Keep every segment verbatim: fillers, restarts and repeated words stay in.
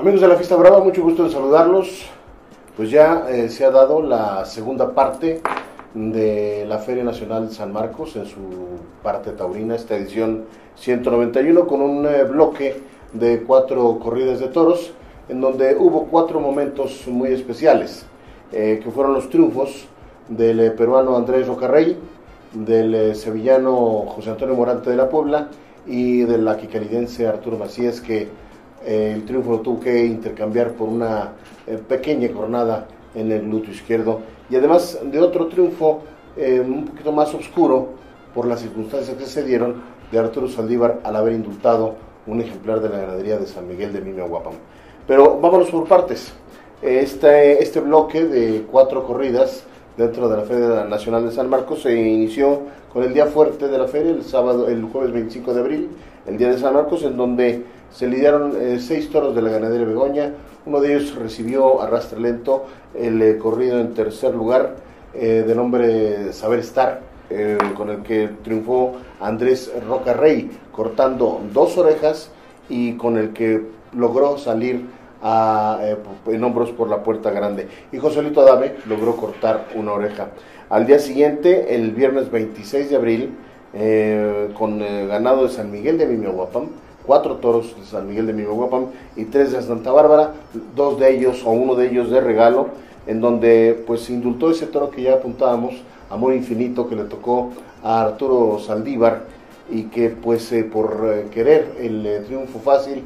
Amigos de la Fiesta Brava, mucho gusto en saludarlos. Pues ya eh, se ha dado la segunda parte de la Feria Nacional de San Marcos en su parte taurina, esta edición ciento noventa y uno, con un eh, bloque de cuatro corridas de toros, en donde hubo cuatro momentos muy especiales, eh, que fueron los triunfos del eh, peruano Andrés Rocarrey, del eh, sevillano José Antonio Morante de la Puebla y del aquicalidense Arturo Macías, que eh, el triunfo lo tuvo que intercambiar por una eh, pequeña cornada en el glúteo izquierdo, y además de otro triunfo eh, un poquito más oscuro por las circunstancias que se dieron de Arturo Saldívar al haber indultado un ejemplar de la ganadería de San Miguel de Mimehuapan. Pero vámonos por partes. Este, este bloque de cuatro corridas dentro de la Feria Nacional de San Marcos se inició con el día fuerte de la feria, el sábado, el jueves veinticinco de abril, el día de San Marcos, en donde se lidiaron eh, seis toros de la ganadería Begoña. Uno de ellos recibió arrastre lento el eh, corrido en tercer lugar, eh, de nombre Saber Estar, eh, con el que triunfó Andrés Rocarrey, cortando dos orejas, y con el que logró salir a, eh, en hombros por la puerta grande. Y Joselito Adame logró cortar una oreja. Al día siguiente, el viernes veintiséis de abril, eh, con el ganado de San Miguel de Mimehuapan, cuatro toros de San Miguel de Mimehuapan y tres de Santa Bárbara, dos de ellos o uno de ellos de regalo, en donde pues se indultó ese toro que ya apuntábamos, Amor Infinito, que le tocó a Arturo Saldívar, y que pues eh, por eh, querer el eh, triunfo fácil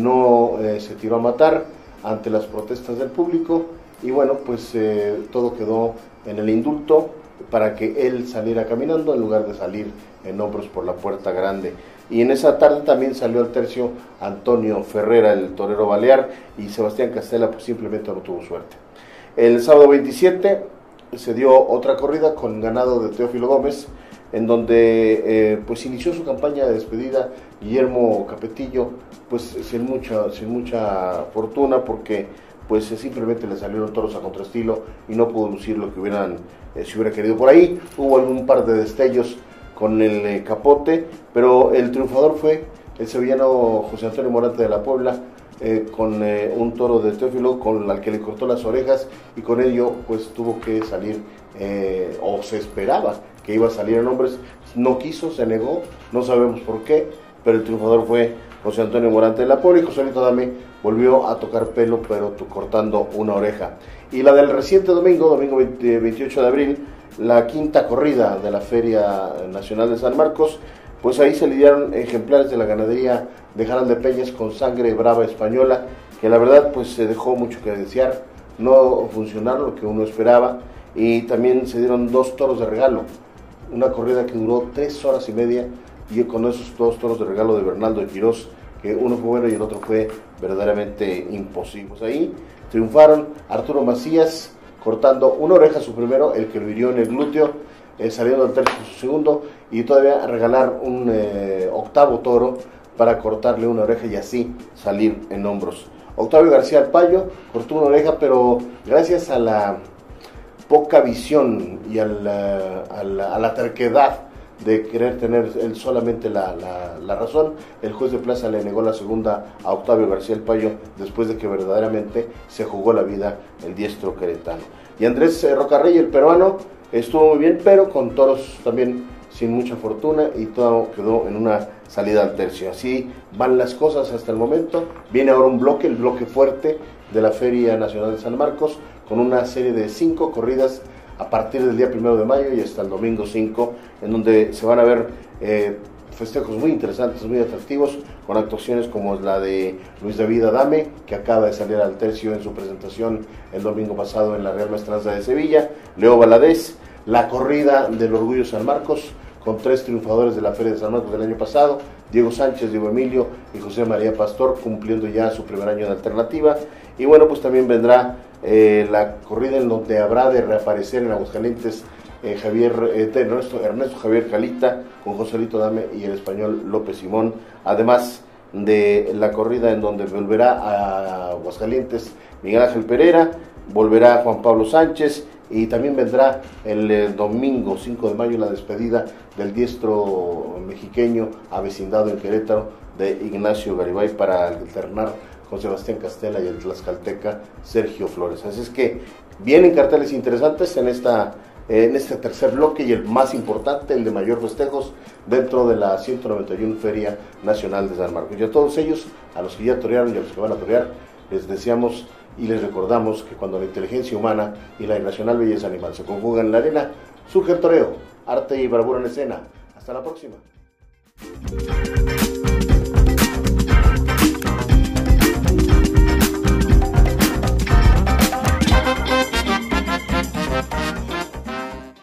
no eh, se tiró a matar ante las protestas del público, y bueno, pues eh, todo quedó en el indulto para que él saliera caminando en lugar de salir en hombros por la puerta grande. Y en esa tarde también salió al tercio Antonio Ferrera, el torero balear, y Sebastián Castela pues simplemente no tuvo suerte. El sábado veintisiete se dio otra corrida con ganado de Teófilo Gómez, en donde eh, pues inició su campaña de despedida Guillermo Capetillo, pues sin mucha, sin mucha fortuna, porque pues simplemente le salieron toros a contraestilo y no pudo lucir lo que hubieran, eh, si hubiera querido. Por ahí hubo algún par de destellos con el eh, capote, pero el triunfador fue el sevillano José Antonio Morante de la Puebla, eh, con eh, un toro de Teófilo con el que le cortó las orejas, y con ello pues tuvo que salir, eh, o se esperaba que iba a salir en hombres. No quiso, se negó, no sabemos por qué, pero el triunfador fue José Antonio Morante de la Puebla, y Joselito Adame volvió a tocar pelo, pero cortando una oreja. Y la del reciente domingo, domingo veintiocho de abril, la quinta corrida de la Feria Nacional de San Marcos, pues ahí se lidiaron ejemplares de la ganadería de Jaral de Peñas con Sangre Brava Española, que la verdad pues se dejó mucho que desear, no funcionaron lo que uno esperaba, y también se dieron dos toros de regalo, una corrida que duró tres horas y media, y con esos dos toros de regalo de Bernaldo de Quirós, que uno fue bueno y el otro fue verdaderamente imposible. Pues ahí triunfaron Arturo Macías, cortando una oreja su primero, el que lo hirió en el glúteo, eh, saliendo al tercio su segundo, y todavía regalar un eh, octavo toro para cortarle una oreja y así salir en hombros. Octavio García Alpayo cortó una oreja, pero gracias a la poca visión y a la, a la, a la terquedad de querer tener él solamente la, la, la razón, el juez de plaza le negó la segunda a Octavio García Alpayo, después de que verdaderamente se jugó la vida el diestro queretano. Y Andrés Rocarrey, el peruano, estuvo muy bien, pero con toros también sin mucha fortuna, y todo quedó en una salida al tercio. Así van las cosas hasta el momento. Viene ahora un bloque, el bloque fuerte de la Feria Nacional de San Marcos, con una serie de cinco corridas a partir del día primero de mayo y hasta el domingo cinco, en donde se van a ver eh, festejos muy interesantes, muy atractivos, con actuaciones como la de Luis David Adame, que acaba de salir al tercio en su presentación el domingo pasado en la Real Maestranza de Sevilla, Leo Valadez, la corrida del Orgullo San Marcos, con tres triunfadores de la Feria de San Marcos del año pasado, Diego Sánchez, Diego Emilio y José María Pastor, cumpliendo ya su primer año de alternativa. Y bueno, pues también vendrá eh, la corrida en donde habrá de reaparecer en Aguascalientes eh, Javier, eh, Ernesto, Ernesto Javier Calita, con Joselito Adame y el español López Simón, además de la corrida en donde volverá a Aguascalientes Miguel Ángel Pereira, volverá Juan Pablo Sánchez, y también vendrá el eh, domingo cinco de mayo la despedida del diestro mexiqueño avecindado en Querétaro de Ignacio Garibay, para alternar con Sebastián Castela y el tlaxcalteca Sergio Flores. Así es que vienen carteles interesantes en esta en este tercer bloque y el más importante, el de mayor festejos dentro de la ciento noventa y uno Feria Nacional de San Marcos. Y a todos ellos, a los que ya torearon y a los que van a torear, les deseamos y les recordamos que cuando la inteligencia humana y la irracional belleza animal se conjugan en la arena, surge el toreo, arte y bravura en escena. Hasta la próxima.